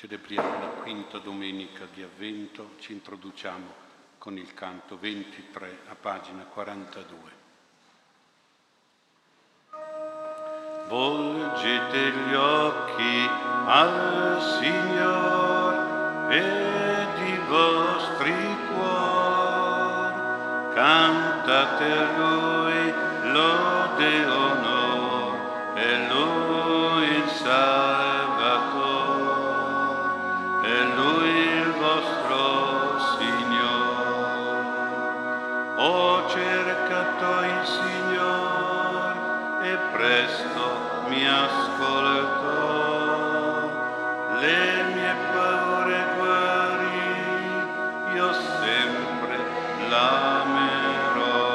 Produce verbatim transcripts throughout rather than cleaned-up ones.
Celebriamo la quinta domenica di Avvento, ci introduciamo con il canto ventitré a pagina quarantadue. Volgete gli occhi al Signore ed i vostri cuori, cantate a Lui lode e onore, e Lui il Salvatore, e Lui il vostro Signore. Ho cercato il Signore e presto mi ascoltò, le mie paure guarì, io sempre l'amerò.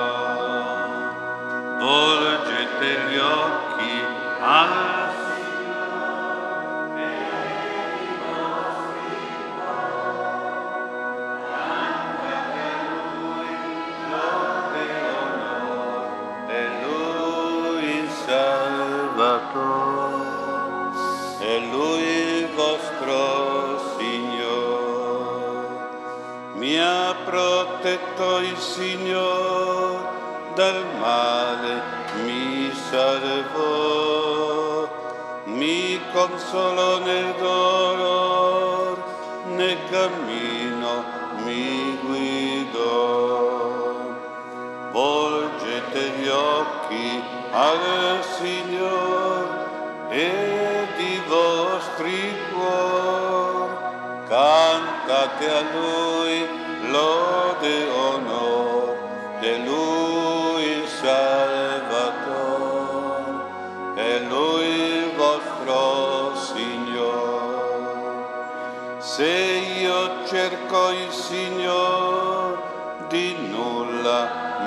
Volgete gli occhi al Signore e i vostri cuori, cantate a Lui lode e onore, e Lui il Salvatore, e Lui il vostro Signore. Mi ha protetto il Signore, dal male mi salvò, mi consolò nel dolore, nel cammino mi guidò. Volgete gli occhi al Signore ed i vostri cuori, cantate a Lui lode e onore, e Lui il Salvatore, e Lui il vostro Signore. Se io cerco il Signore, di nulla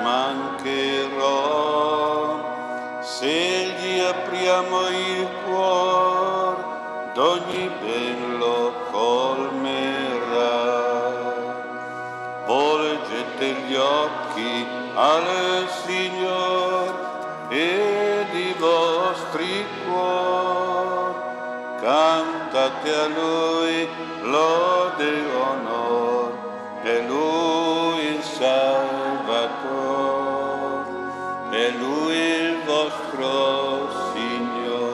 mancherò, se gli apriamo il cuore, d'ogni ben lo colmerà. Volgete gli occhi al Signore ed i vostri cuori, cantate a Lui lode e onore, e Lui il Salvatore, e Lui il vostro Signore.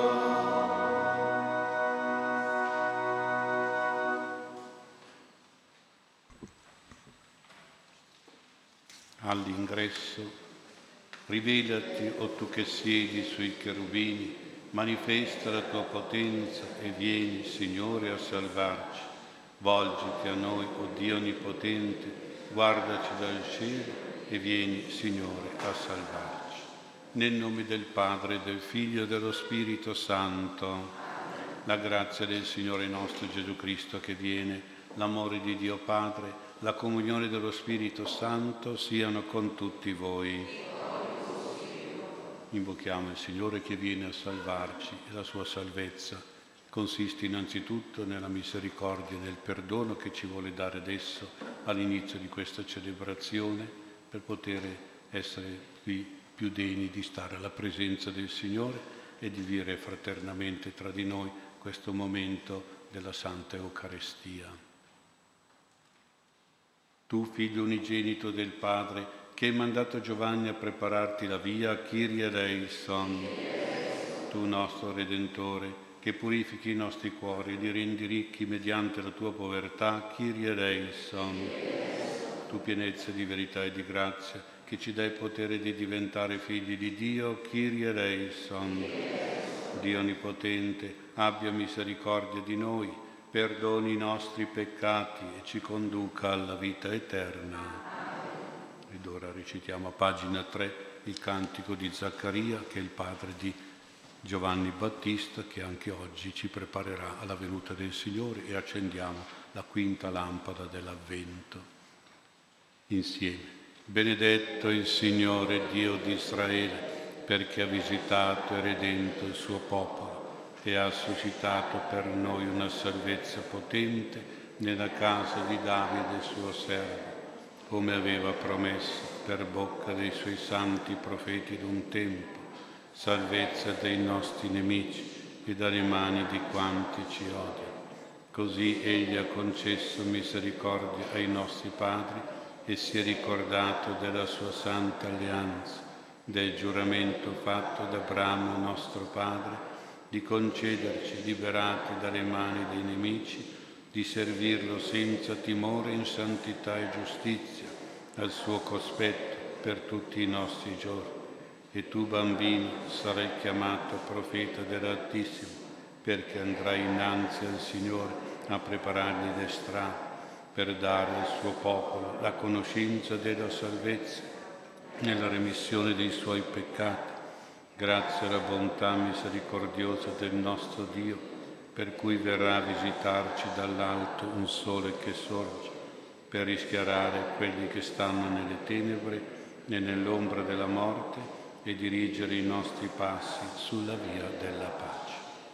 All'ingresso, rivelati, o tu che siedi sui cherubini, manifesta la tua potenza e vieni, Signore, a salvarci. Volgiti a noi, o Dio Onnipotente, guardaci dal cielo e vieni, Signore, a salvarci. Nel nome del Padre, del Figlio e dello Spirito Santo, la grazia del Signore nostro Gesù Cristo che viene, l'amore di Dio Padre, la comunione dello Spirito Santo siano con tutti voi. Invochiamo il Signore che viene a salvarci, e la sua salvezza consiste innanzitutto nella misericordia e nel perdono che ci vuole dare adesso all'inizio di questa celebrazione, per poter essere qui più degni di stare alla presenza del Signore e di vivere fraternamente tra di noi questo momento della Santa Eucaristia. Tu, Figlio unigenito del Padre, che hai mandato Giovanni a prepararti la via, Kyrie eleison. Tu, nostro Redentore, che purifichi i nostri cuori e li rendi ricchi mediante la tua povertà, Kyrie eleison. Tu, pienezza di verità e di grazia, che ci dai potere di diventare figli di Dio, Kyrie eleison. Dio Onnipotente, abbia misericordia di noi, perdoni i nostri peccati e ci conduca alla vita eterna. Ed ora recitiamo a pagina tre il cantico di Zaccaria, che è il padre di Giovanni Battista, che anche oggi ci preparerà alla venuta del Signore, e accendiamo la quinta lampada dell'Avvento. Insieme. Benedetto il Signore Dio di Israele, perché ha visitato e redento il suo popolo e ha suscitato per noi una salvezza potente nella casa di Davide suo servo, come aveva promesso per bocca dei suoi santi profeti d'un tempo, salvezza dei nostri nemici e dalle mani di quanti ci odiano, Così Egli ha concesso misericordia ai nostri padri e si è ricordato della sua santa alleanza, del giuramento fatto da Abramo nostro padre, di concederci, liberati dalle mani dei nemici, di servirlo senza timore in santità e giustizia, al suo cospetto per tutti i nostri giorni. E tu, bambino, sarai chiamato profeta dell'Altissimo, perché andrai innanzi al Signore a preparargli le strade, per dare al suo popolo la conoscenza della salvezza nella remissione dei suoi peccati, grazie alla bontà misericordiosa del nostro Dio, per cui verrà a visitarci dall'alto un sole che sorge, per rischiarare quelli che stanno nelle tenebre e nell'ombra della morte e dirigere i nostri passi sulla via della pace.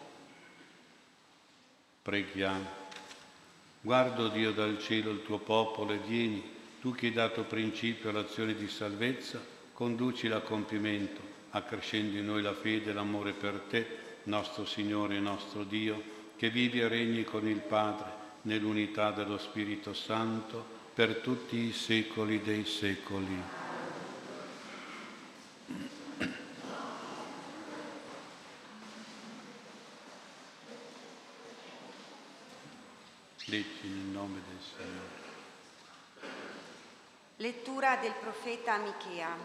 Preghiamo. Guarda, Dio, dal cielo il tuo popolo e vieni, tu che hai dato principio all'azione di salvezza, conducila a compimento, accrescendo in noi la fede e l'amore per te, nostro Signore e nostro Dio, che vivi e regni con il Padre nell'unità dello Spirito Santo per tutti i secoli dei secoli. Leggi nel nome del Signore. Lettura del profeta Michea.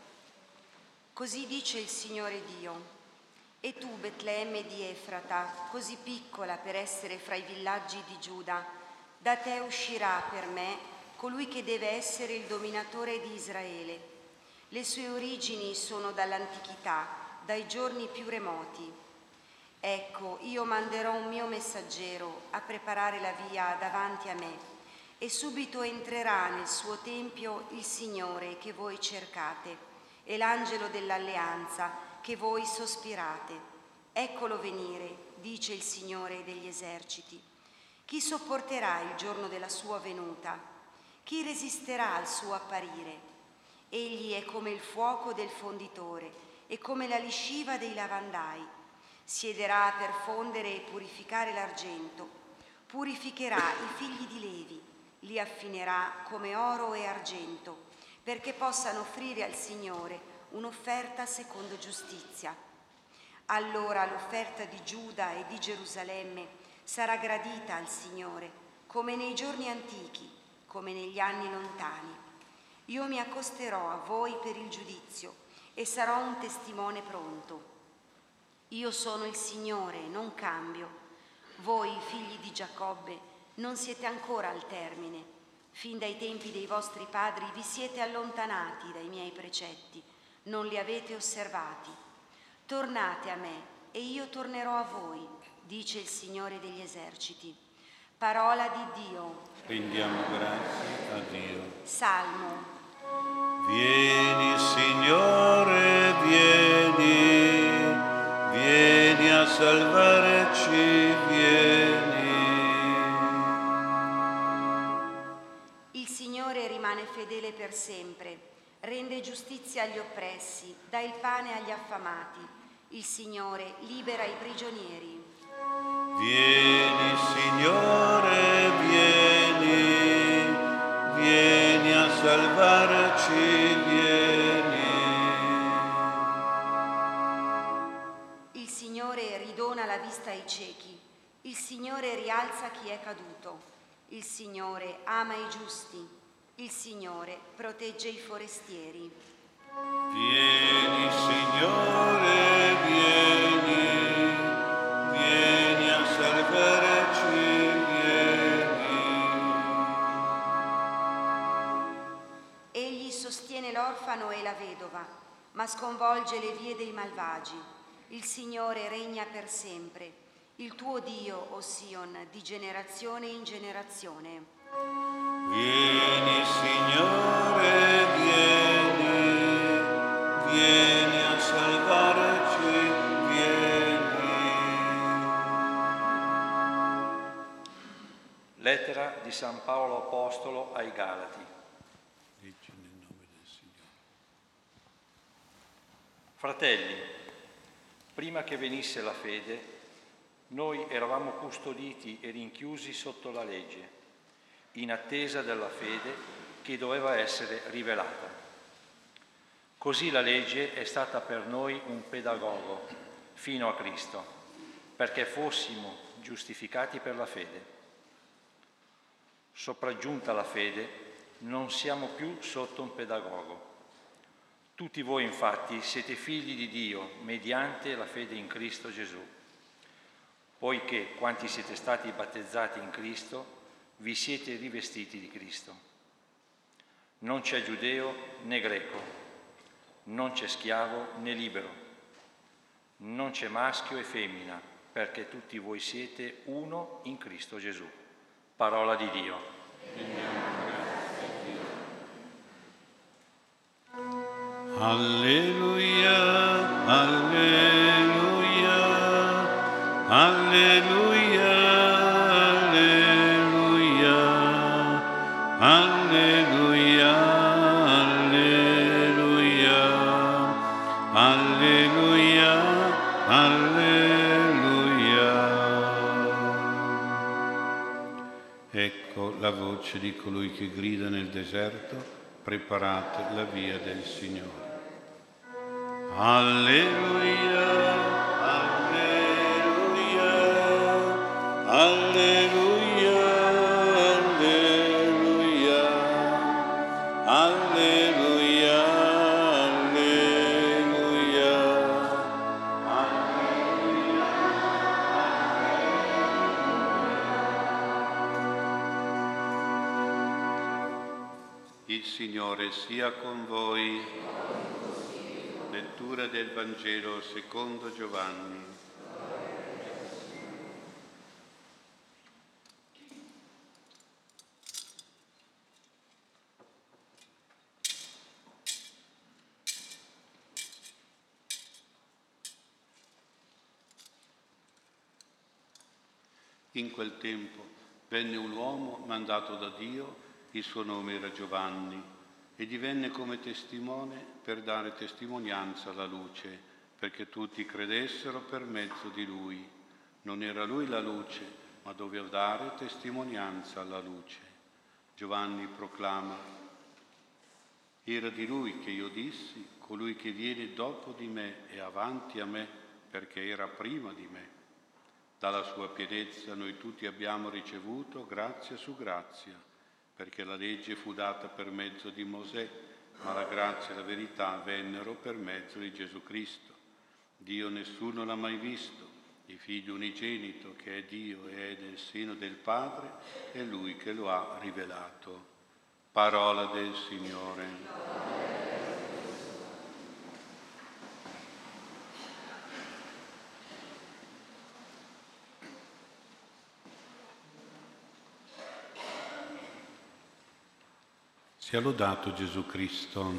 Così dice il Signore Dio: e tu, Betlemme di Efrata, così piccola per essere fra i villaggi di Giuda, da te uscirà per me colui che deve essere il dominatore di Israele. Le sue origini sono dall'antichità, dai giorni più remoti. Ecco, io manderò un mio messaggero a preparare la via davanti a me, e subito entrerà nel suo tempio il Signore che voi cercate, e l'angelo dell'alleanza che voi sospirate. Eccolo venire, dice il Signore degli eserciti. Chi sopporterà il giorno della sua venuta? Chi resisterà al suo apparire? Egli è come il fuoco del fonditore e come la lisciva dei lavandai. Siederà per fondere e purificare l'argento. Purificherà i figli di Levi, li affinerà come oro e argento, perché possano offrire al Signore un'offerta secondo giustizia. Allora l'offerta di Giuda e di Gerusalemme sarà gradita al Signore, come nei giorni antichi, come negli anni lontani. Io mi accosterò a voi per il giudizio e sarò un testimone pronto. Io sono il Signore, non cambio. Voi, figli di Giacobbe, non siete ancora al termine. Fin dai tempi dei vostri padri vi siete allontanati dai miei precetti, non li avete osservati. Tornate a me e io tornerò a voi, dice il Signore degli eserciti. Parola di Dio. Rendiamo grazie a Dio. Salmo. Vieni, Signore, vieni, vieni a salvarci, vieni. Il Signore rimane fedele per sempre. Rende giustizia agli oppressi, dà il pane agli affamati. Il Signore libera i prigionieri. Vieni, Signore, vieni, vieni a salvarci, vieni. Il Signore ridona la vista ai ciechi. Il Signore rialza chi è caduto. Il Signore ama i giusti. Il Signore protegge i forestieri. Vieni, Signore, vieni, vieni a salvarci, vieni. Egli sostiene l'orfano e la vedova, ma sconvolge le vie dei malvagi. Il Signore regna per sempre. Il tuo Dio, o Sion, di generazione in generazione. Vieni, Signore, vieni, vieni a salvarci, vieni. Lettera di San Paolo Apostolo ai Galati. Leggi nel nome del Signore. Fratelli, prima che venisse la fede, Noi eravamo custoditi e rinchiusi sotto la legge, in attesa della fede che doveva essere rivelata. Così la legge è stata per noi un pedagogo fino a Cristo, perché fossimo giustificati per la fede. Sopraggiunta la fede, non siamo più sotto un pedagogo. Tutti voi infatti siete figli di Dio mediante la fede in Cristo Gesù, poiché quanti siete stati battezzati in Cristo, vi siete rivestiti di Cristo. Non c'è giudeo né greco, non c'è schiavo né libero, non c'è maschio e femmina, perché tutti voi siete uno in Cristo Gesù. Parola di Dio. Alleluia, alleluia, alleluia, alleluia, alleluia, alleluia, alleluia, alleluia. Ecco la voce di colui che grida nel deserto: preparate la via del Signore. Alleluia, alleluia, alleluia, alleluia, alleluia, alleluia, alleluia. Il Signore sia con voi. Lettura del Vangelo secondo Giovanni. In quel tempo venne un uomo mandato da Dio, il suo nome era Giovanni, e divenne come testimone per dare testimonianza alla luce, perché tutti credessero per mezzo di lui. Non era lui la luce, ma doveva dare testimonianza alla luce. Giovanni proclama: era di lui che io dissi, colui che viene dopo di me è avanti a me, perché era prima di me. Dalla sua pienezza noi tutti abbiamo ricevuto grazia su grazia, perché la legge fu data per mezzo di Mosè, ma la grazia e la verità vennero per mezzo di Gesù Cristo. Dio nessuno l'ha mai visto, il Figlio unigenito che è Dio e è nel seno del Padre, è Lui che lo ha rivelato. Parola del Signore. Sia lodato Gesù Cristo.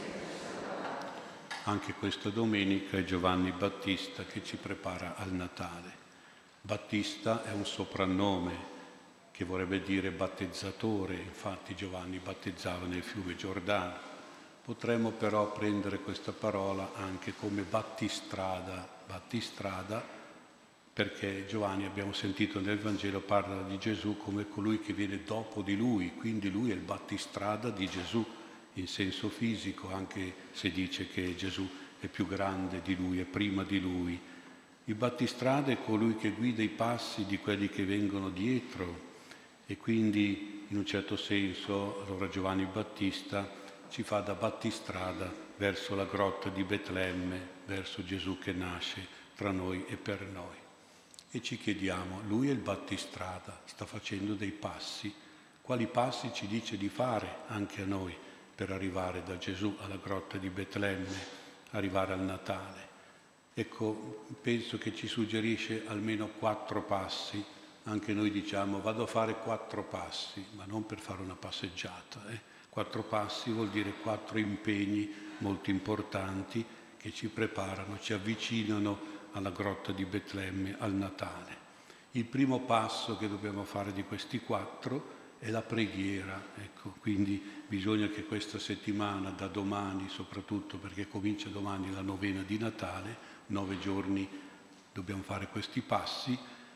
Anche questa domenica è Giovanni Battista che ci prepara al Natale. Battista è un soprannome che vorrebbe dire battezzatore, infatti Giovanni battezzava nel fiume Giordano. Potremmo però prendere questa parola anche come battistrada, battistrada perché Giovanni, abbiamo sentito nel Vangelo, parla di Gesù come colui che viene dopo di lui, quindi lui è il battistrada di Gesù in senso fisico, anche se dice che Gesù è più grande di lui, è prima di lui. Il battistrada è colui che guida i passi di quelli che vengono dietro e quindi in un certo senso allora Giovanni Battista ci fa da battistrada verso la grotta di Betlemme, verso Gesù che nasce tra noi e per noi. E ci chiediamo, lui è il battistrada, sta facendo dei passi. Quali passi ci dice di fare anche a noi per arrivare da Gesù alla grotta di Betlemme, arrivare al Natale? Ecco, penso che ci suggerisce almeno quattro passi. Anche noi diciamo, vado a fare quattro passi, ma non per fare una passeggiata. Eh? Quattro passi vuol dire quattro impegni molto importanti che ci preparano, ci avvicinano alla grotta di Betlemme, al Natale. Il primo passo che dobbiamo fare di questi quattro è la preghiera, ecco, quindi bisogna che questa settimana, da domani soprattutto, perché comincia domani la novena di Natale, nove giorni dobbiamo fare questi passi,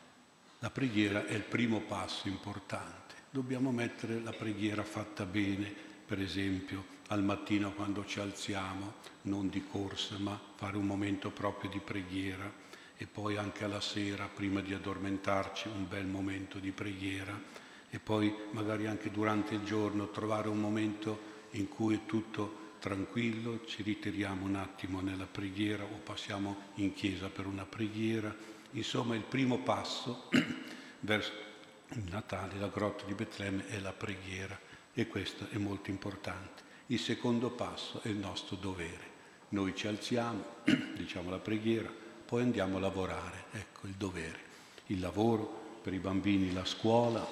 La preghiera è il primo passo importante. Dobbiamo mettere la preghiera fatta bene, per esempio al mattino quando ci alziamo, non di corsa, ma fare un momento proprio di preghiera, e poi anche alla sera, prima di addormentarci, un bel momento di preghiera, e poi magari anche durante il giorno trovare un momento in cui è tutto tranquillo, ci ritiriamo un attimo nella preghiera o passiamo in chiesa per una preghiera. Insomma, il primo passo verso il Natale, la grotta di Betlemme, è la preghiera, e questo è molto importante. Il secondo passo è il nostro dovere. Noi ci alziamo, diciamo la preghiera, poi andiamo a lavorare. Ecco il dovere. Il lavoro, per i bambini la scuola,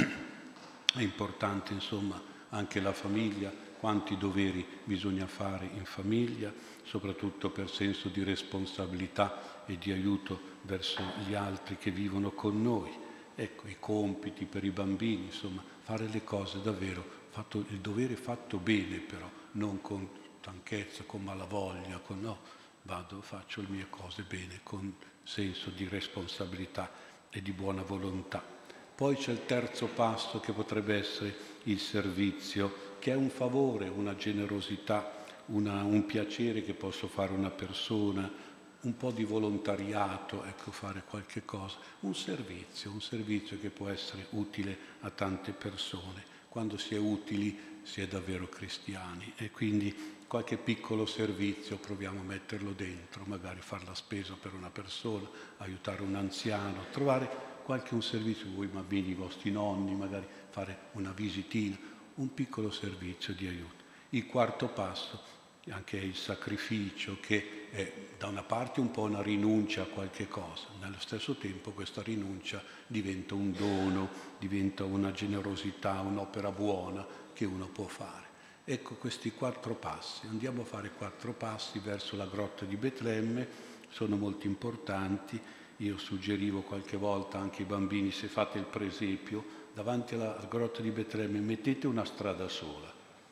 è importante insomma anche la famiglia, quanti doveri bisogna fare in famiglia, soprattutto per senso di responsabilità e di aiuto verso gli altri che vivono con noi. Ecco, i compiti per i bambini, insomma, fare le cose davvero, fatto, il dovere fatto bene però, non con stanchezza, con malavoglia, con no, vado, faccio le mie cose bene, con senso di responsabilità e di buona volontà. Poi c'è il terzo passo che potrebbe essere il servizio, che è un favore, una generosità, una, un piacere che posso fare a una persona, un po' di volontariato, ecco, fare qualche cosa, un servizio, un servizio che può essere utile a tante persone. Quando si è utili si è davvero cristiani, e quindi qualche piccolo servizio proviamo a metterlo dentro, magari fare la spesa per una persona, aiutare un anziano, trovare qualche un servizio, voi bambini, i vostri nonni, magari fare una visitina, un piccolo servizio di aiuto. Il quarto passo anche il sacrificio, che è da una parte un po' una rinuncia a qualche cosa, nello stesso tempo questa rinuncia diventa un dono, diventa una generosità, un'opera buona che uno può fare. Ecco questi quattro passi, andiamo a fare quattro passi verso la grotta di Betlemme, sono molto importanti. Io suggerivo qualche volta anche ai bambini, se fate il presepio, davanti alla grotta di Betlemme mettete una strada sola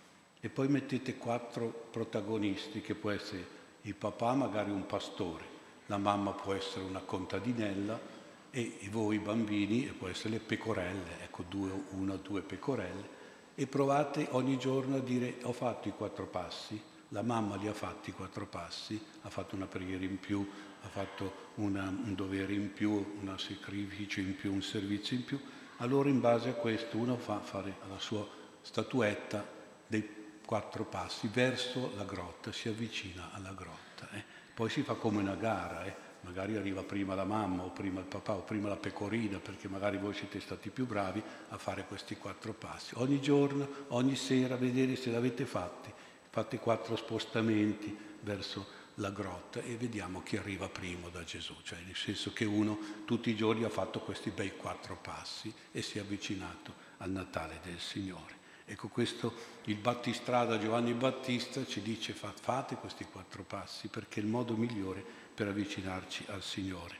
e poi mettete quattro protagonisti, che può essere il papà, magari un pastore, la mamma può essere una contadinella e voi bambini, e può essere le pecorelle, ecco due, una o due pecorelle, e provate ogni giorno a dire ho fatto i quattro passi, la mamma li ha fatti i quattro passi, ha fatto una preghiera in più, ha fatto una, un dovere in più, un sacrificio in più, un servizio in più, allora in base a questo uno fa fare la sua statuetta dei quattro passi verso la grotta, si avvicina alla grotta. Eh. Poi si fa come una gara, eh. magari arriva prima la mamma o prima il papà o prima la pecorina, perché magari voi siete stati più bravi a fare questi quattro passi. Ogni giorno, ogni sera, vedere se l'avete fatti, fate quattro spostamenti verso la grotta e vediamo chi arriva primo da Gesù, cioè nel senso che uno tutti i giorni ha fatto questi bei quattro passi e si è avvicinato al Natale del Signore. Ecco, questo il battistrada Giovanni Battista ci dice fate questi quattro passi perché è il modo migliore per avvicinarci al Signore.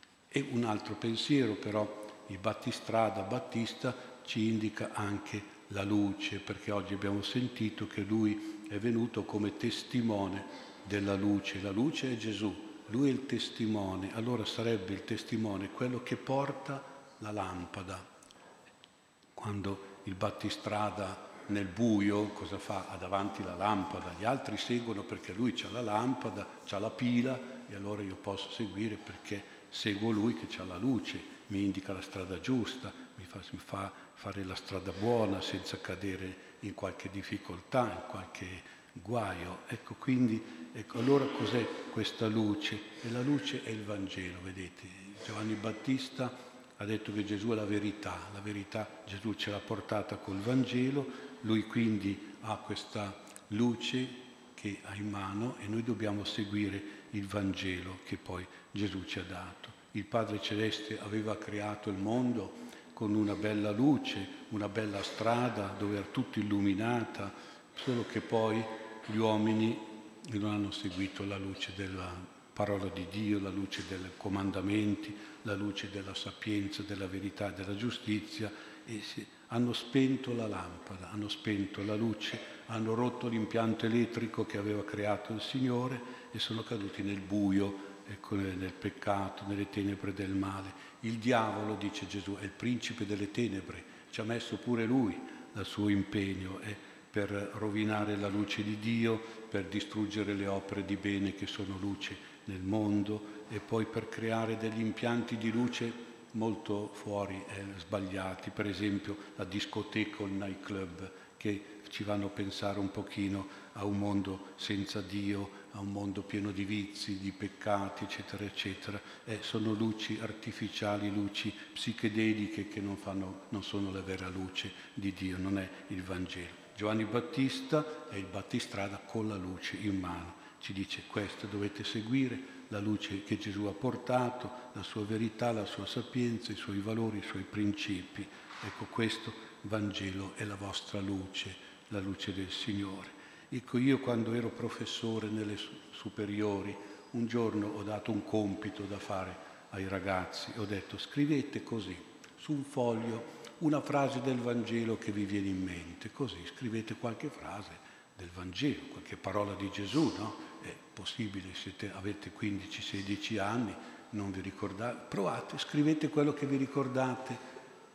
E un altro pensiero però, il battistrada Battista ci indica anche la luce, perché oggi abbiamo sentito che lui è venuto come testimone della luce. La luce è Gesù, lui è il testimone, allora sarebbe il testimone quello che porta la lampada. Quando il battistrada nel buio cosa fa? Ha davanti la lampada, gli altri seguono perché lui c'ha la lampada, c'ha la pila e allora io posso seguire perché seguo lui che c'ha la luce, mi indica la strada giusta, mi fa, mi fa fare la strada buona senza cadere in qualche difficoltà, in qualche guaio. Ecco, quindi, ecco, allora cos'è questa luce? E la luce è il Vangelo, vedete? Giovanni Battista ha detto che Gesù è la verità, la verità Gesù ce l'ha portata col Vangelo, lui quindi ha questa luce che ha in mano e noi dobbiamo seguire il Vangelo che poi Gesù ci ha dato. Il Padre Celeste aveva creato il mondo con una bella luce, una bella strada dove era tutto illuminata, solo che poi gli uomini non hanno seguito la luce della parola di Dio, la luce dei comandamenti, la luce della sapienza, della verità, della giustizia, e si, hanno spento la lampada, hanno spento la luce, hanno rotto l'impianto elettrico che aveva creato il Signore e sono caduti nel buio ecco, nel peccato, nelle tenebre del male. Il diavolo, dice Gesù, è il principe delle tenebre, ci ha messo pure lui il suo impegno eh, per rovinare la luce di Dio, per distruggere le opere di bene che sono luce nel mondo e poi per creare degli impianti di luce molto fuori, eh, sbagliati, per esempio la discoteca o il nightclub, che ci vanno a pensare un pochino a un mondo senza Dio, a un mondo pieno di vizi, di peccati, eccetera, eccetera. Eh, sono luci artificiali, luci psichedeliche che non, fanno, non sono la vera luce di Dio, non è il Vangelo. Giovanni Battista è il battistrada con la luce in mano. Ci dice questo dovete seguire, la luce che Gesù ha portato, la sua verità, la sua sapienza, i suoi valori, i suoi principi. Ecco, questo Vangelo è la vostra luce, la luce del Signore. Ecco, io quando ero professore nelle superiori, un giorno ho dato un compito da fare ai ragazzi, ho detto scrivete così, su un foglio, una frase del Vangelo che vi viene in mente, così scrivete qualche frase del Vangelo, qualche parola di Gesù, no? È possibile, siete, avete quindici sedici anni, non vi ricordate, provate, scrivete quello che vi ricordate.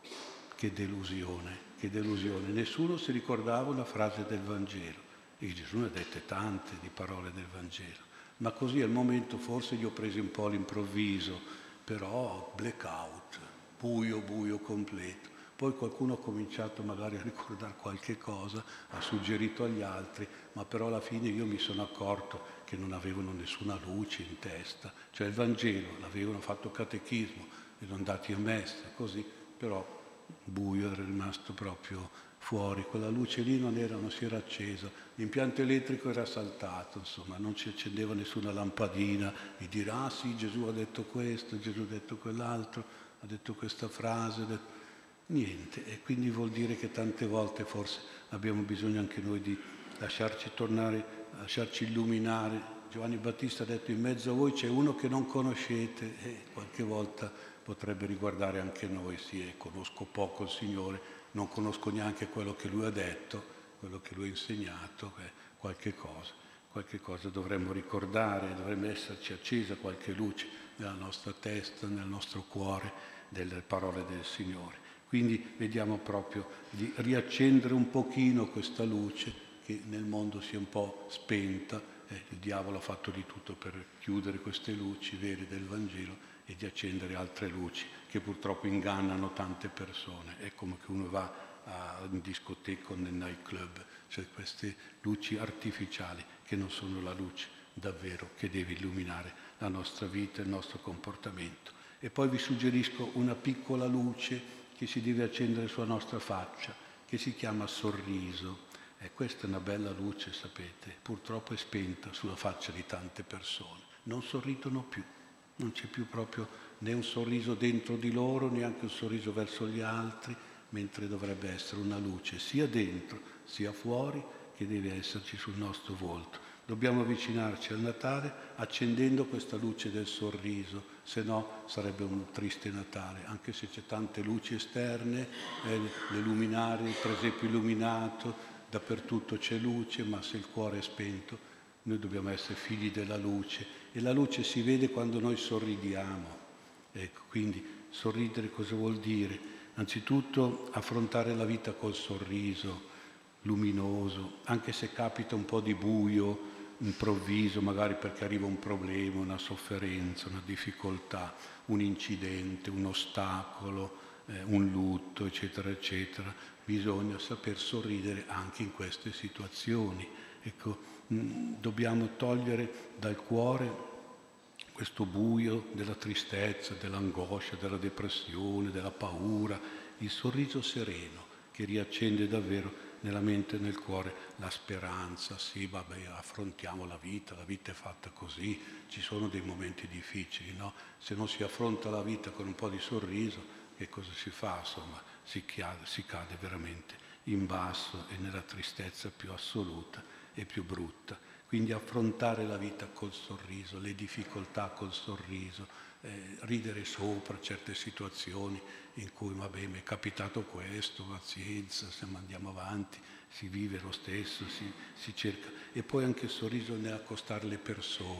Che delusione, che delusione, nessuno si ricordava una frase del Vangelo, e Gesù ne ha dette tante di parole del Vangelo, ma così al momento forse gli ho presi un po' all'improvviso, però blackout, buio, buio completo. Poi qualcuno ha cominciato magari a ricordare qualche cosa, ha suggerito agli altri, ma però alla fine io mi sono accorto che non avevano nessuna luce in testa. Cioè il Vangelo l'avevano fatto catechismo, erano andati a messa, così, però buio era rimasto proprio fuori. Quella luce lì non, era, non si era accesa, l'impianto elettrico era saltato, insomma, non ci accendeva nessuna lampadina di dire ah sì, Gesù ha detto questo, Gesù ha detto quell'altro, ha detto questa frase, ha detto... niente, e quindi vuol dire che tante volte forse abbiamo bisogno anche noi di lasciarci tornare, lasciarci illuminare. Giovanni Battista ha detto in mezzo a voi c'è uno che non conoscete e qualche volta potrebbe riguardare anche noi. Sì, eh, conosco poco il Signore, non conosco neanche quello che Lui ha detto, quello che Lui ha insegnato, eh, qualche cosa, qualche cosa dovremmo ricordare, dovrebbe esserci accesa qualche luce nella nostra testa, nel nostro cuore, delle parole del Signore. Quindi vediamo proprio di riaccendere un pochino questa luce che nel mondo si è un po' spenta. Eh, il diavolo ha fatto di tutto per chiudere queste luci vere del Vangelo e di accendere altre luci che purtroppo ingannano tante persone. È come che uno va a un discoteca o nel nightclub, cioè queste luci artificiali che non sono la luce davvero che deve illuminare la nostra vita e il nostro comportamento. E poi vi suggerisco una piccola luce che si deve accendere sulla nostra faccia, che si chiama sorriso. E questa è una bella luce, sapete, purtroppo è spenta sulla faccia di tante persone. Non sorridono più, non c'è più proprio né un sorriso dentro di loro, neanche un sorriso verso gli altri, mentre dovrebbe essere una luce sia dentro sia fuori che deve esserci sul nostro volto. Dobbiamo avvicinarci al Natale accendendo questa luce del sorriso, se no sarebbe un triste Natale, anche se c'è tante luci esterne, eh, le luminarie, il presepio illuminato, dappertutto c'è luce, ma se il cuore è spento noi dobbiamo essere figli della luce e la luce si vede quando noi sorridiamo. Ecco, quindi sorridere cosa vuol dire? Anzitutto affrontare la vita col sorriso luminoso, anche se capita un po' di buio improvviso, magari perché arriva un problema, una sofferenza, una difficoltà, un incidente, un ostacolo, eh, un lutto, eccetera, eccetera. Bisogna saper sorridere anche in queste situazioni. Ecco, mh, dobbiamo togliere dal cuore questo buio della tristezza, dell'angoscia, della depressione, della paura, il sorriso sereno che riaccende davvero nella mente e nel cuore la speranza. Sì, vabbè, affrontiamo la vita, la vita è fatta così, ci sono dei momenti difficili, no? Se non si affronta la vita con un po' di sorriso, che cosa si fa? Insomma, si cade, si cade veramente in basso e nella tristezza più assoluta e più brutta. Quindi affrontare la vita col sorriso, le difficoltà col sorriso, eh, ridere sopra certe situazioni in cui, vabbè, mi è capitato questo, pazienza, se andiamo avanti, si vive lo stesso, si, si cerca. E poi anche il sorriso nell'accostare le persone,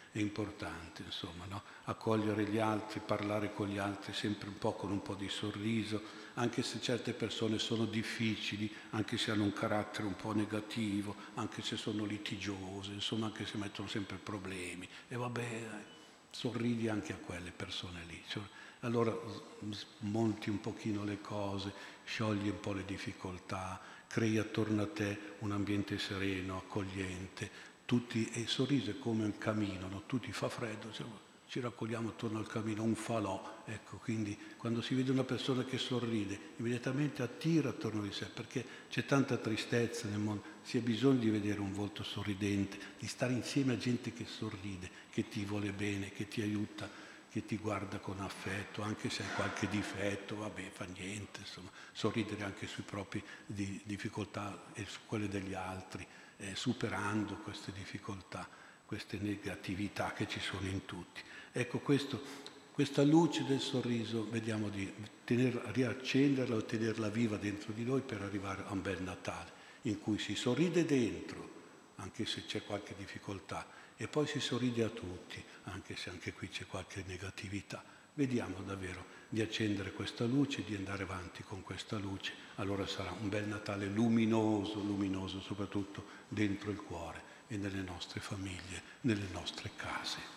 è importante, insomma, no? Accogliere gli altri, parlare con gli altri sempre un po' con un po' di sorriso, anche se certe persone sono difficili, anche se hanno un carattere un po' negativo, anche se sono litigiose, insomma, anche se mettono sempre problemi. E vabbè, sorridi anche a quelle persone lì. Cioè, allora smonti un pochino le cose, sciogli un po' le difficoltà, crei attorno a te un ambiente sereno, accogliente. Tutti, e il sorriso è come un camino, no? Tutti fa freddo, cioè, ci raccogliamo attorno al camino, un falò. Ecco, quindi quando si vede una persona che sorride, immediatamente attira attorno di sé, perché c'è tanta tristezza nel mondo, si ha bisogno di vedere un volto sorridente, di stare insieme a gente che sorride, che ti vuole bene, che ti aiuta, che ti guarda con affetto, anche se hai qualche difetto, vabbè, fa niente, insomma, sorridere anche sui propri di, difficoltà e su quelle degli altri, eh, superando queste difficoltà, queste negatività che ci sono in tutti. Ecco, questo, questa luce del sorriso, vediamo di tener, riaccenderla o tenerla viva dentro di noi per arrivare a un bel Natale, in cui si sorride dentro, anche se c'è qualche difficoltà, e poi si sorride a tutti, anche se anche qui c'è qualche negatività. Vediamo davvero di accendere questa luce, di andare avanti con questa luce. Allora sarà un bel Natale luminoso, luminoso soprattutto dentro il cuore e nelle nostre famiglie, nelle nostre case.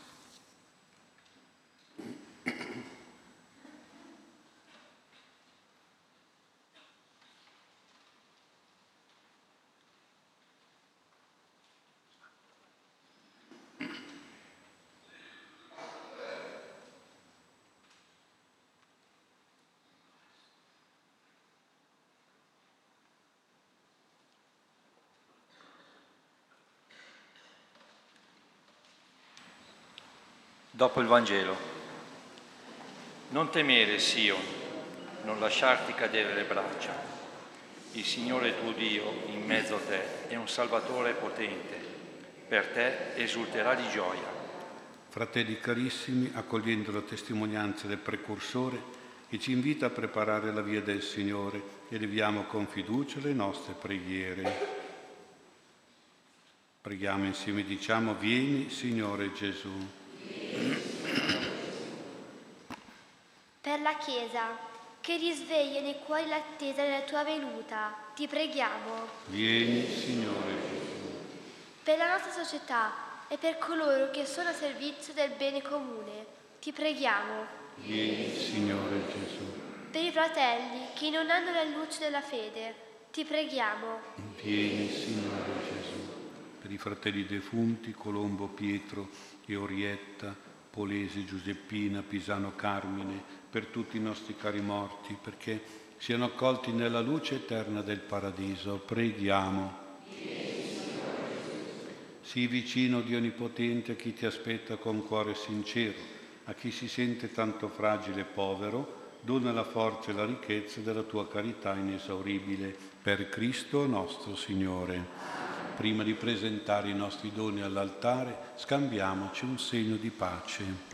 Dopo il Vangelo. Non temere, Sion, non lasciarti cadere le braccia. Il Signore tuo Dio in mezzo a te è un Salvatore potente. Per te esulterà di gioia. Fratelli carissimi, accogliendo la testimonianza del precursore che ci invita a preparare la via del Signore, eleviamo con fiducia le nostre preghiere. Preghiamo insieme, diciamo: vieni, Signore Gesù. Per la Chiesa, che risveglia nei cuori l'attesa della tua venuta, ti preghiamo. Vieni, Signore Gesù. Per la nostra società e per coloro che sono a servizio del bene comune, ti preghiamo. Vieni, Signore Gesù. Per i fratelli che non hanno la luce della fede, ti preghiamo. Vieni, Signore Gesù. Per i fratelli defunti, Colombo, Pietro e Orietta, Polesi, Giuseppina, Pisano, Carmine, per tutti i nostri cari morti, perché siano accolti nella luce eterna del paradiso. Preghiamo. Sii vicino, Dio Onnipotente, a chi ti aspetta con cuore sincero, a chi si sente tanto fragile e povero, dona la forza e la ricchezza della tua carità inesauribile. Per Cristo nostro Signore. Prima di presentare i nostri doni all'altare, scambiamoci un segno di pace.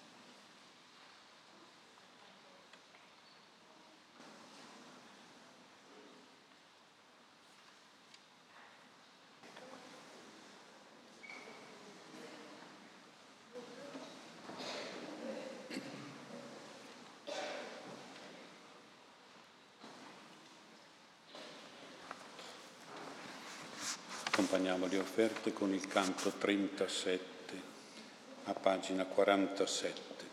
Accompagniamo le offerte con il canto trentasette, a pagina quarantasette.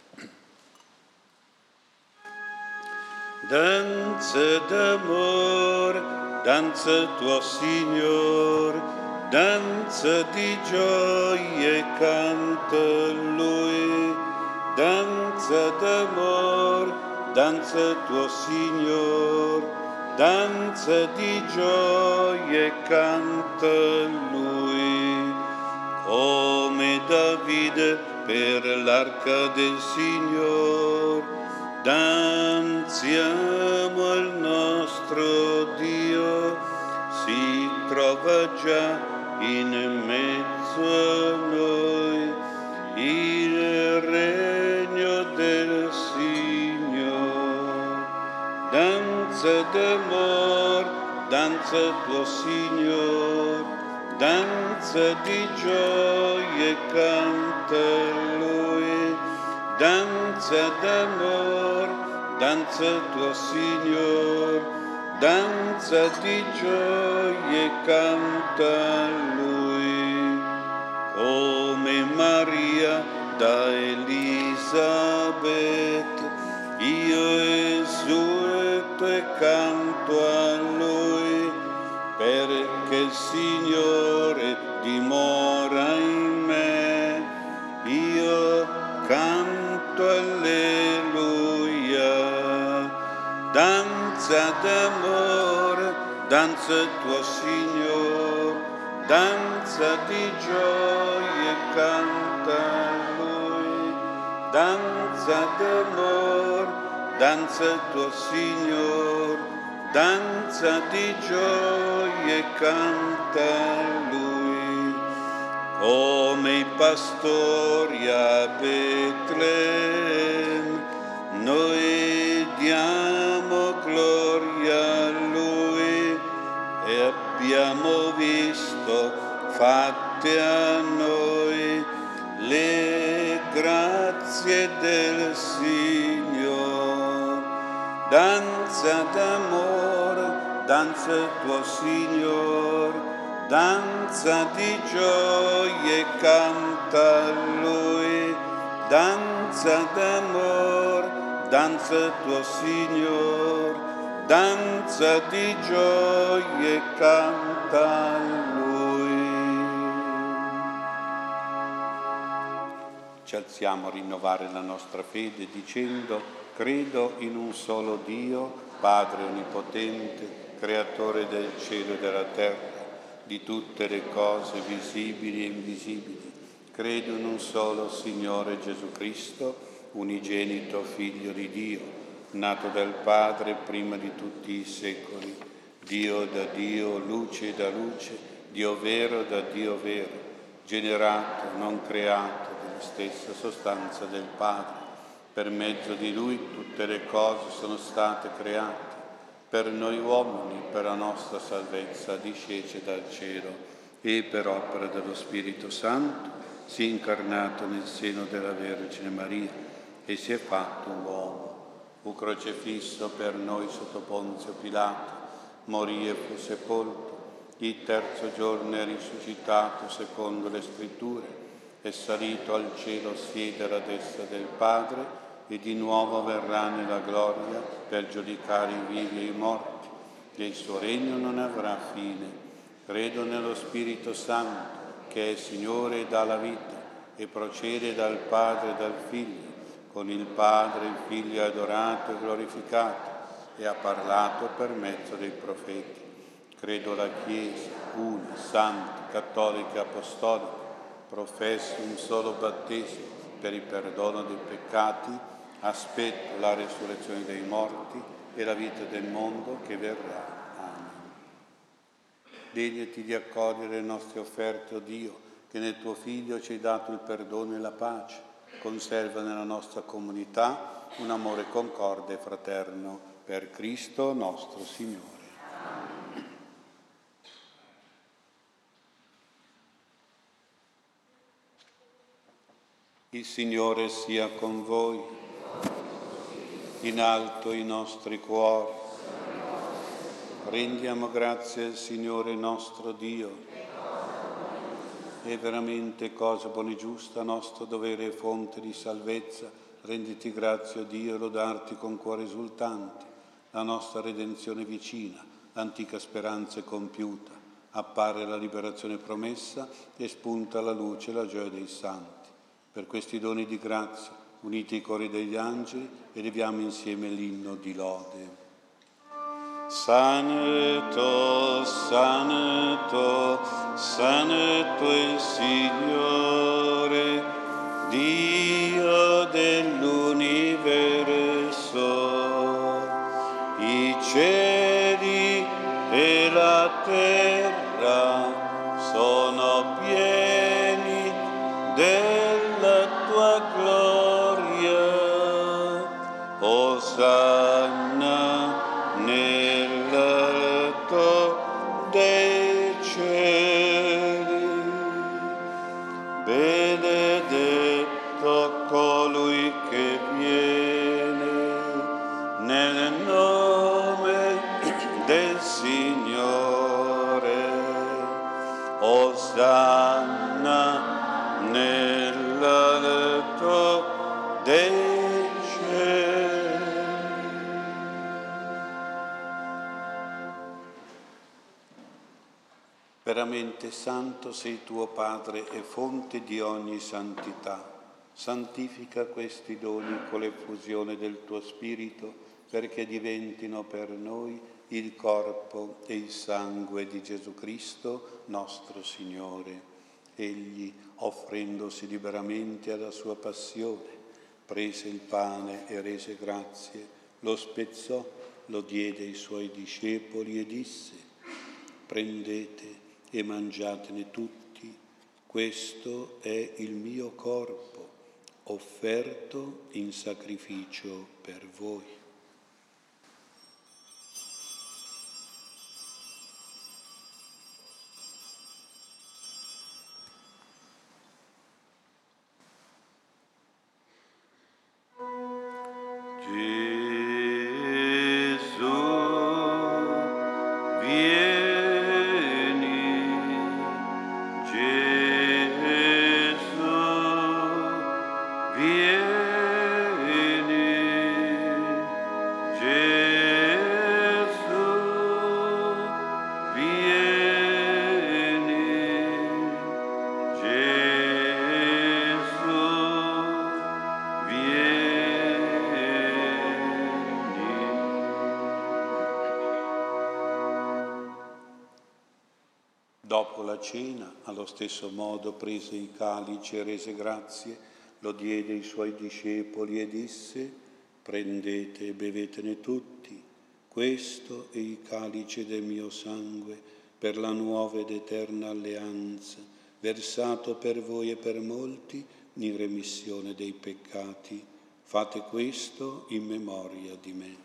Danza d'amor, danza tuo Signor, danza di gioia e canta Lui. Danza d'amor, danza tuo Signor, danza di gioia e canta Lui. Come Davide per l'arca del Signor, danziamo al nostro Dio, si trova già in mezzo a noi il regno del Signor. Danza d'amor, danza tuo Signor, danza di gioia canta lui, danza d'amor, danza tuo Signor, danza di gioia canta lui, come Maria da Elisabeth, io esulto e canto a lui, perché il Signore dimora in me, io canto alleluia. Danza d'amore, danza tuo Signor, danza di gioia canta lui, danza d'amor, danza tuo Signor, danza di gioia canta lui, come i pastori a Betlem, noi diamo gloria a lui e abbiamo visto fatte a noi le grazie del Signore. Danza d'amore, danza tuo Signor, danza di gioia canta a lui, danza d'amore, danza tuo Signor, danza di gioia canta a lui. Ci alziamo a rinnovare la nostra fede dicendo: credo in un solo Dio, Padre Onnipotente, Creatore del cielo e della terra, di tutte le cose visibili e invisibili. Credo in un solo Signore Gesù Cristo, unigenito Figlio di Dio, nato dal Padre prima di tutti i secoli, Dio da Dio, luce da luce, Dio vero da Dio vero, generato, non creato, della stessa sostanza del Padre. Per mezzo di Lui tutte le cose sono state create. Per noi uomini, per la nostra salvezza, discese dal cielo e per opera dello Spirito Santo si è incarnato nel seno della Vergine Maria e si è fatto uomo. Fu crocefisso per noi sotto Ponzio Pilato, morì e fu sepolto. Il terzo giorno è risuscitato secondo le Scritture, è salito al cielo, siede alla destra del Padre e di nuovo verrà nella gloria per giudicare i vivi e i morti, e il suo regno non avrà fine. Credo nello Spirito Santo, che è Signore e dà la vita, e procede dal Padre e dal Figlio. Con il Padre il Figlio è adorato e glorificato, e ha parlato per mezzo dei profeti. Credo alla Chiesa, una, santa, cattolica e apostolica, professo un solo battesimo per il perdono dei peccati, aspetto la resurrezione dei morti e la vita del mondo che verrà. Amen. Degnati di accogliere le nostre offerte, o Dio, che nel tuo Figlio ci hai dato il perdono e la pace. Conserva nella nostra comunità un amore concorde e fraterno per Cristo nostro Signore. Il Signore sia con voi, in alto i nostri cuori. Rendiamo grazie al Signore nostro Dio. È veramente cosa buona e giusta, nostro dovere e fonte di salvezza, renditi grazie, o Dio, e lodarti con cuore esultante. La nostra redenzione vicina, l'antica speranza è compiuta, appare la liberazione promessa e spunta alla luce la gioia dei santi. Per questi doni di grazia, uniti ai cori degli angeli, eleviamo insieme l'inno di lode. Santo, santo, santo il Signore, Dio dell'universo. I cieli e la terra sono pieni della tua gloria. Osanna nell'alto dei cieli. Osanna nell'alto dei cieli. Veramente santo sei tuo Padre e fonte di ogni santità. Santifica questi doni con l'effusione del tuo Spirito, perché diventino per noi il corpo e il sangue di Gesù Cristo, nostro Signore. Egli, offrendosi liberamente alla sua passione, prese il pane e rese grazie, lo spezzò, lo diede ai suoi discepoli e disse: prendete e mangiatene tutti, questo è il mio corpo, offerto in sacrificio per voi. Dopo la cena, allo stesso modo, prese il calice e rese grazie, lo diede ai suoi discepoli e disse: prendete e bevetene tutti, questo è il calice del mio sangue, per la nuova ed eterna alleanza, versato per voi e per molti in remissione dei peccati. Fate questo in memoria di me.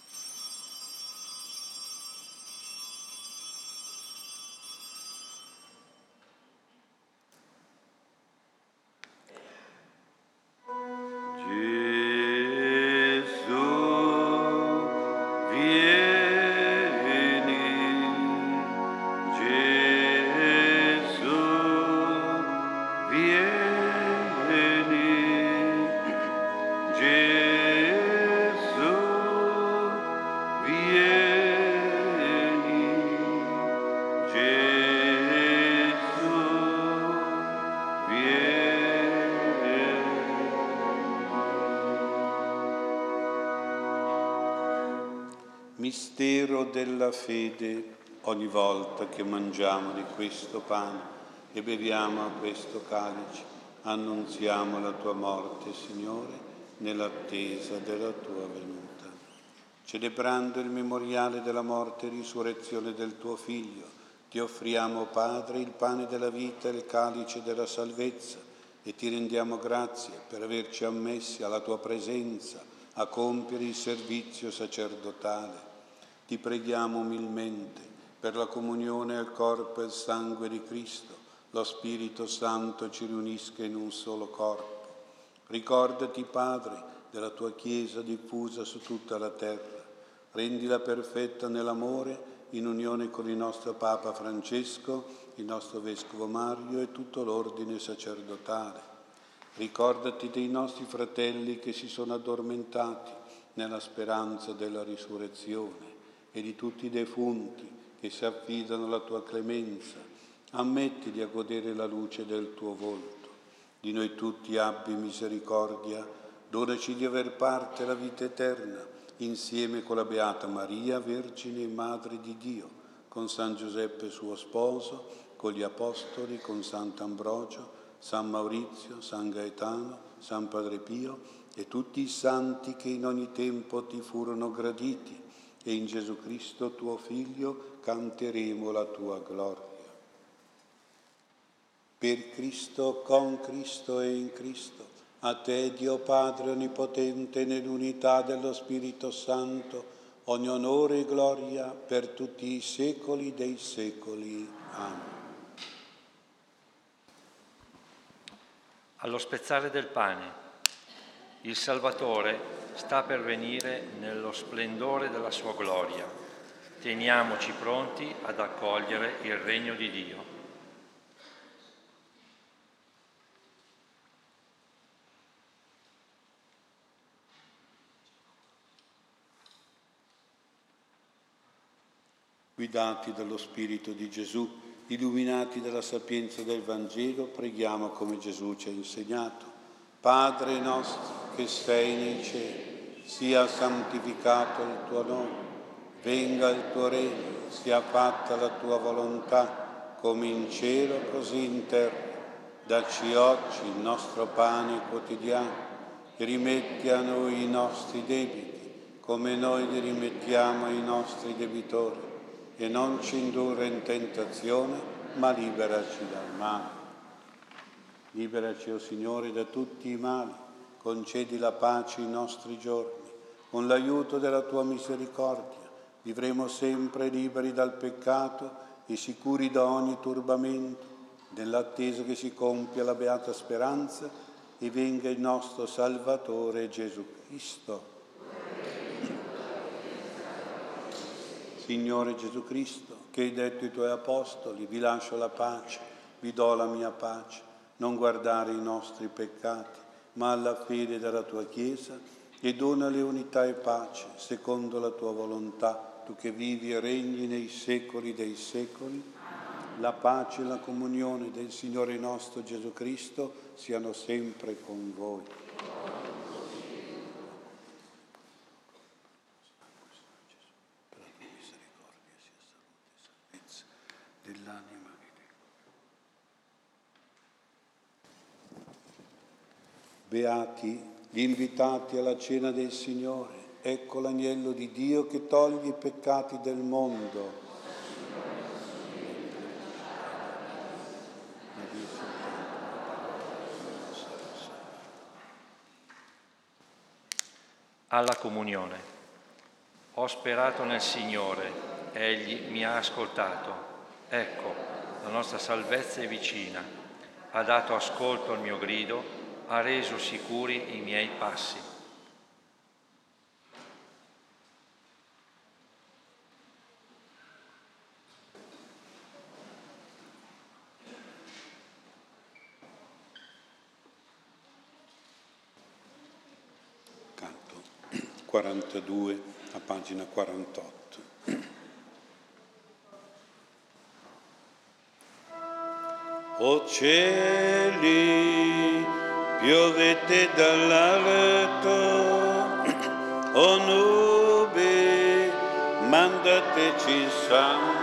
Mistero della fede. Ogni volta che mangiamo di questo pane e beviamo a questo calice, annunziamo la tua morte, Signore, nell'attesa della tua venuta. Celebrando il memoriale della morte e risurrezione del tuo Figlio, ti offriamo, Padre, il pane della vita e il calice della salvezza, e ti rendiamo grazie per averci ammessi alla tua presenza a compiere il servizio sacerdotale. Ti preghiamo umilmente per la comunione al corpo e al sangue di Cristo, lo Spirito Santo ci riunisca in un solo corpo. Ricordati, Padre, della tua Chiesa diffusa su tutta la terra. Rendila perfetta nell'amore, in unione con il nostro Papa Francesco, il nostro Vescovo Mario e tutto l'ordine sacerdotale. Ricordati dei nostri fratelli che si sono addormentati nella speranza della risurrezione e di tutti i defunti che si affidano alla tua clemenza. Ammettili a godere la luce del tuo volto. Di noi tutti abbi misericordia, donaci di aver parte la vita eterna, insieme con la Beata Maria, Vergine e Madre di Dio, con San Giuseppe suo sposo, con gli Apostoli, con Sant'Ambrogio, San Maurizio, San Gaetano, San Padre Pio e tutti i santi che in ogni tempo ti furono graditi, e in Gesù Cristo tuo Figlio canteremo la tua gloria. Per Cristo, con Cristo e in Cristo, a te, Dio Padre Onnipotente, nell'unità dello Spirito Santo, ogni onore e gloria per tutti i secoli dei secoli. Amen. Allo spezzare del pane, il Salvatore sta per venire nello splendore della sua gloria. Teniamoci pronti ad accogliere il regno di Dio. Guidati dallo Spirito di Gesù, illuminati dalla sapienza del Vangelo, preghiamo come Gesù ci ha insegnato. Padre nostro che sei nei cieli, sia santificato il tuo nome, venga il tuo regno, sia fatta la tua volontà, come in cielo così in terra. Dacci oggi il nostro pane quotidiano e rimetti a noi i nostri debiti, come noi li rimettiamo ai nostri debitori. E non ci indurre in tentazione, ma liberaci dal male. Liberaci, o Signore, da tutti i mali, concedi la pace ai nostri giorni. Con l'aiuto della tua misericordia vivremo sempre liberi dal peccato e sicuri da ogni turbamento, nell'attesa che si compia la beata speranza e venga il nostro Salvatore Gesù Cristo. Signore Gesù Cristo, che hai detto ai tuoi apostoli, vi lascio la pace, vi do la mia pace, non guardare i nostri peccati, ma alla fede della tua Chiesa, e donale unità e pace, secondo la tua volontà, tu che vivi e regni nei secoli dei secoli. La pace e la comunione del Signore nostro Gesù Cristo siano sempre con voi. Dell'anima. Beati gli invitati alla cena del Signore, ecco l'agnello di Dio che toglie i peccati del mondo. Alla comunione. Ho sperato nel Signore, Egli mi ha ascoltato. Ecco, la nostra salvezza è vicina. Ha dato ascolto al mio grido, ha reso sicuri i miei passi. Canto quarantadue, a pagina quarantotto. O cieli, piovete dall'alto, o nubi, mandateci il sangue.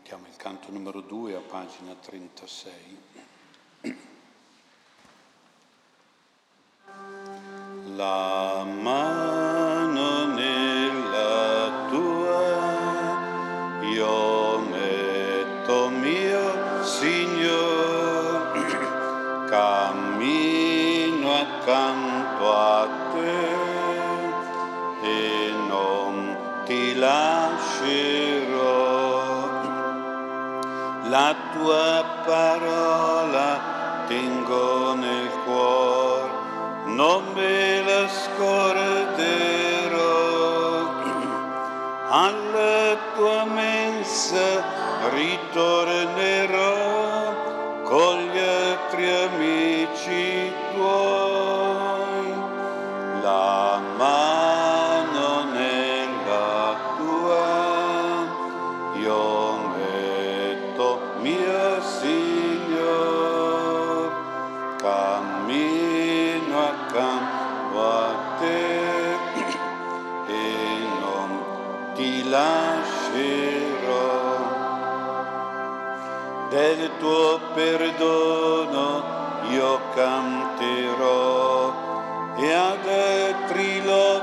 Cantiamo il canto numero due a pagina trentasei. La mano nella tua, io metto mio Signore, cammino accanto a te e non ti lascerò. La tua parola tengo nel cuore, non me la scorderò. Alla tua mensa ritornerò con gli altri amici tuoi. La mano nella tua, io metto mio Signore, cammino accanto a te e non ti lascerò. Del tuo perdono io canterò e ad altri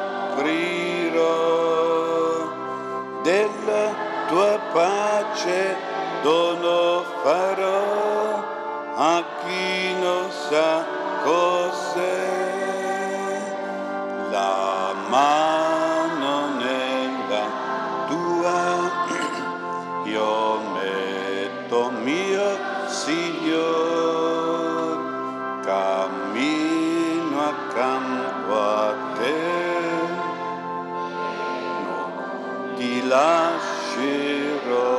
l'offrirò. Della tua pace dono farò a chi non sa cos'è. La mano nella tua, io metto mio Signore, cammino accanto a te, non ti lascerò.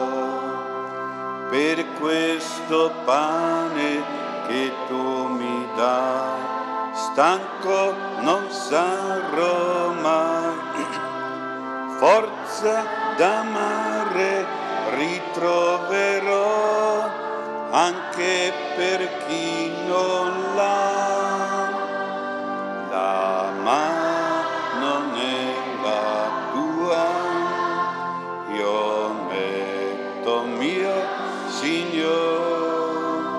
Per questo pane che tu mi dai, stanco non sarò mai, forza d'amare ritroverò anche per chi non l'ha. La mano nella tua, io metto mio Signore,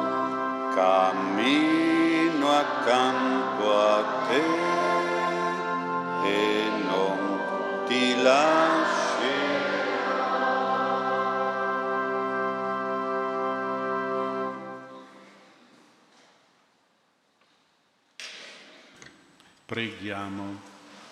cammino accanto a te e non ti lascerò. Preghiamo.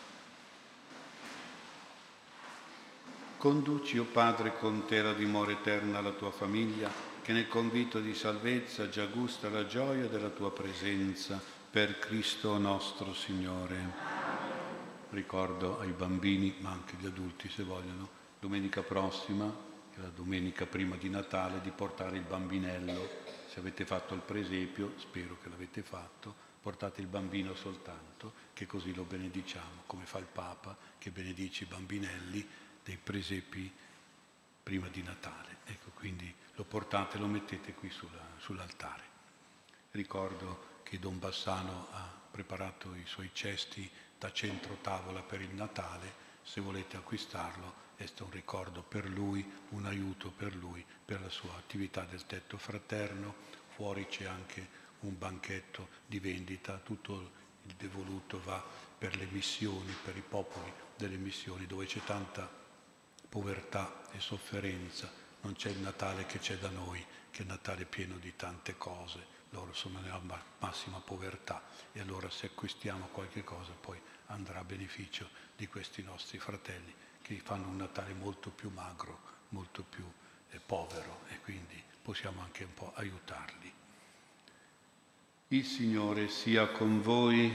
Conduci, o Padre, con te la dimora eterna alla tua famiglia, che nel convito di salvezza già gusta la gioia della tua presenza, per Cristo nostro Signore. Ricordo ai bambini, ma anche agli adulti se vogliono, domenica prossima, che è la domenica prima di Natale, di portare il bambinello. Se avete fatto il presepio, spero che l'avete fatto, portate il bambino soltanto, che così lo benediciamo, come fa il Papa, che benedice i bambinelli dei presepi prima di Natale. Ecco, quindi lo portate, lo mettete qui sulla, sull'altare. Ricordo che Don Bassano ha preparato i suoi cesti da centro tavola per il Natale. Se volete acquistarlo, è un ricordo per lui, un aiuto per lui, per la sua attività del tetto fraterno. Fuori c'è anche un banchetto di vendita, tutto il devoluto va per le missioni, per i popoli delle missioni, dove c'è tanta povertà e sofferenza. Non c'è il Natale che c'è da noi, che è il Natale pieno di tante cose. Loro sono nella massima povertà e allora se acquistiamo qualche cosa poi andrà a beneficio di questi nostri fratelli che fanno un Natale molto più magro, molto più eh, povero, e quindi possiamo anche un po' aiutarli. Il Signore sia con voi.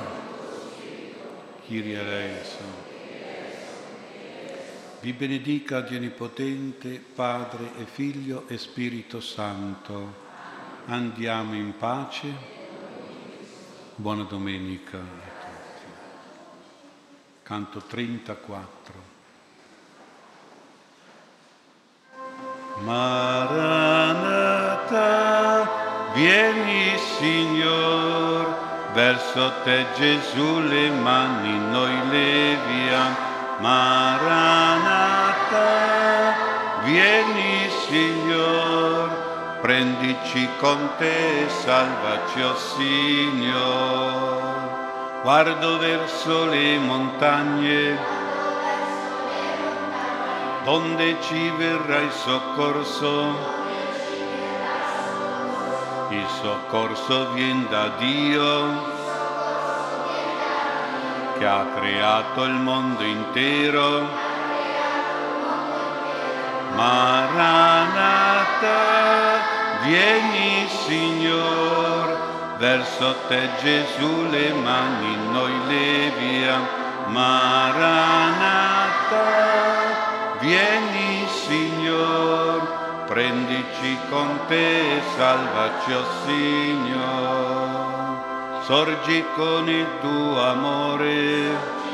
Kyrie eleison. Vi benedica Dio Onnipotente, Padre e Figlio e Spirito Santo. Andiamo in pace. Buona domenica a tutti. Canto trentaquattro. Maranatha, vieni Signor, verso te Gesù le mani noi leviamo. Maranatha, vieni Signor, prendici con te, salvaci, oh Signor. Guardo verso le montagne, donde ci verrà il soccorso. Il soccorso vien da Dio, che ha creato il mondo intero. Maranatha, vieni Signor, verso te Gesù le mani noi leviamo. Maranatha, vieni Signor, prendici con te, salvaci, oh Signor. Sorgi con il tuo amore,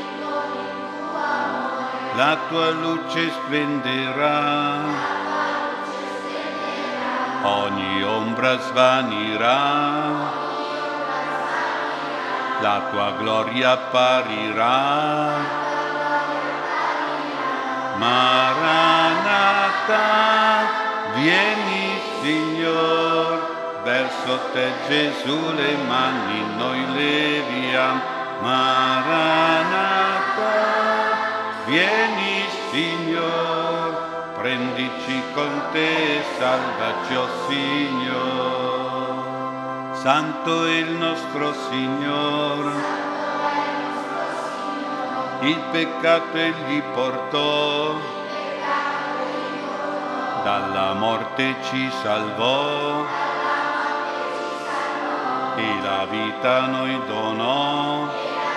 la tua luce splenderà, ogni ombra svanirà, la tua gloria apparirà. Maranatha, vieni Signor, verso te Gesù le mani noi leviamo. Maranatha, vieni Signor, prendici con te, salvaci, oh Signor. Santo è il nostro Signor, il peccato egli portò, dalla morte ci salvò e la vita noi donò.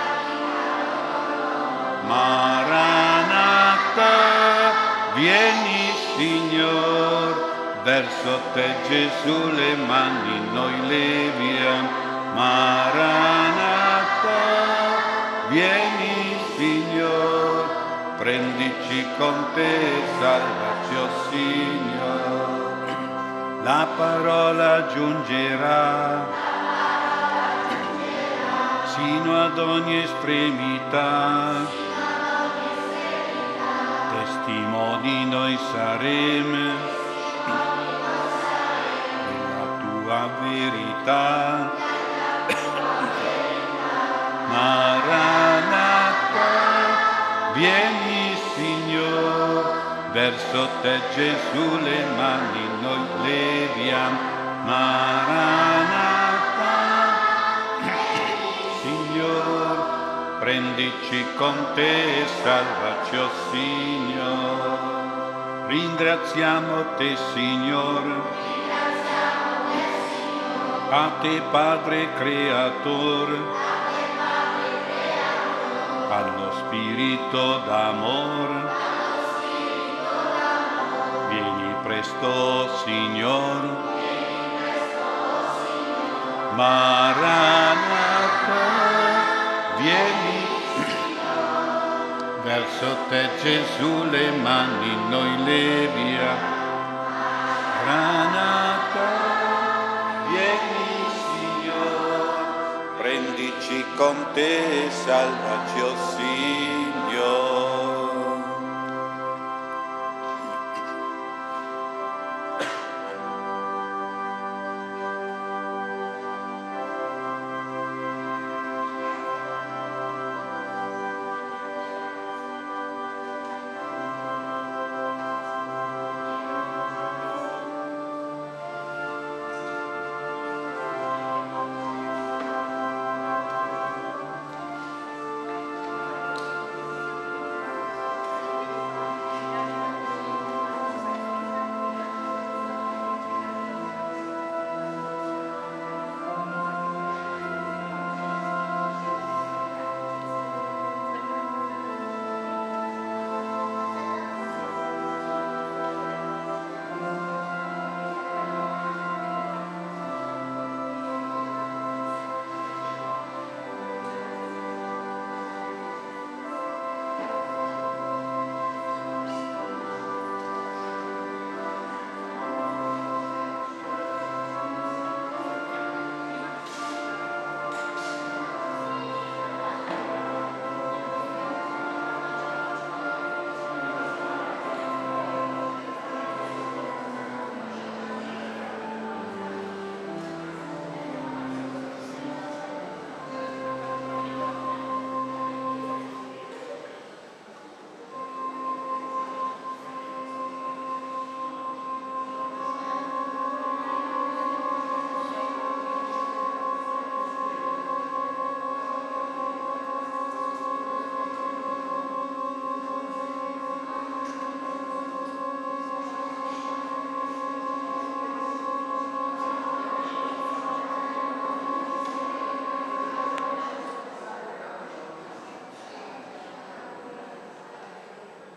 Maranatha, vieni Signor, verso te Gesù le mani noi leviamo. Maranatha, vieni Signor, prendici con te, salvaci, oh Signor. La parola giungerà sino ad ogni estremità, testimoni noi saremo della tua verità. Maranatha, vieni Signor, verso te Gesù le mani noi leviamo. Maranatha, Signor, prendici con te, salvaci, oh Signor. Ringraziamo te, Signor, a te Padre Creator, allo Spirito d'amor. Vieni presto, Signor. Maranatha, vieni. Verso te Gesù le mani noi leviamo. Maranatha, vieni Signor, prendici con te, salvaci, oh Signor.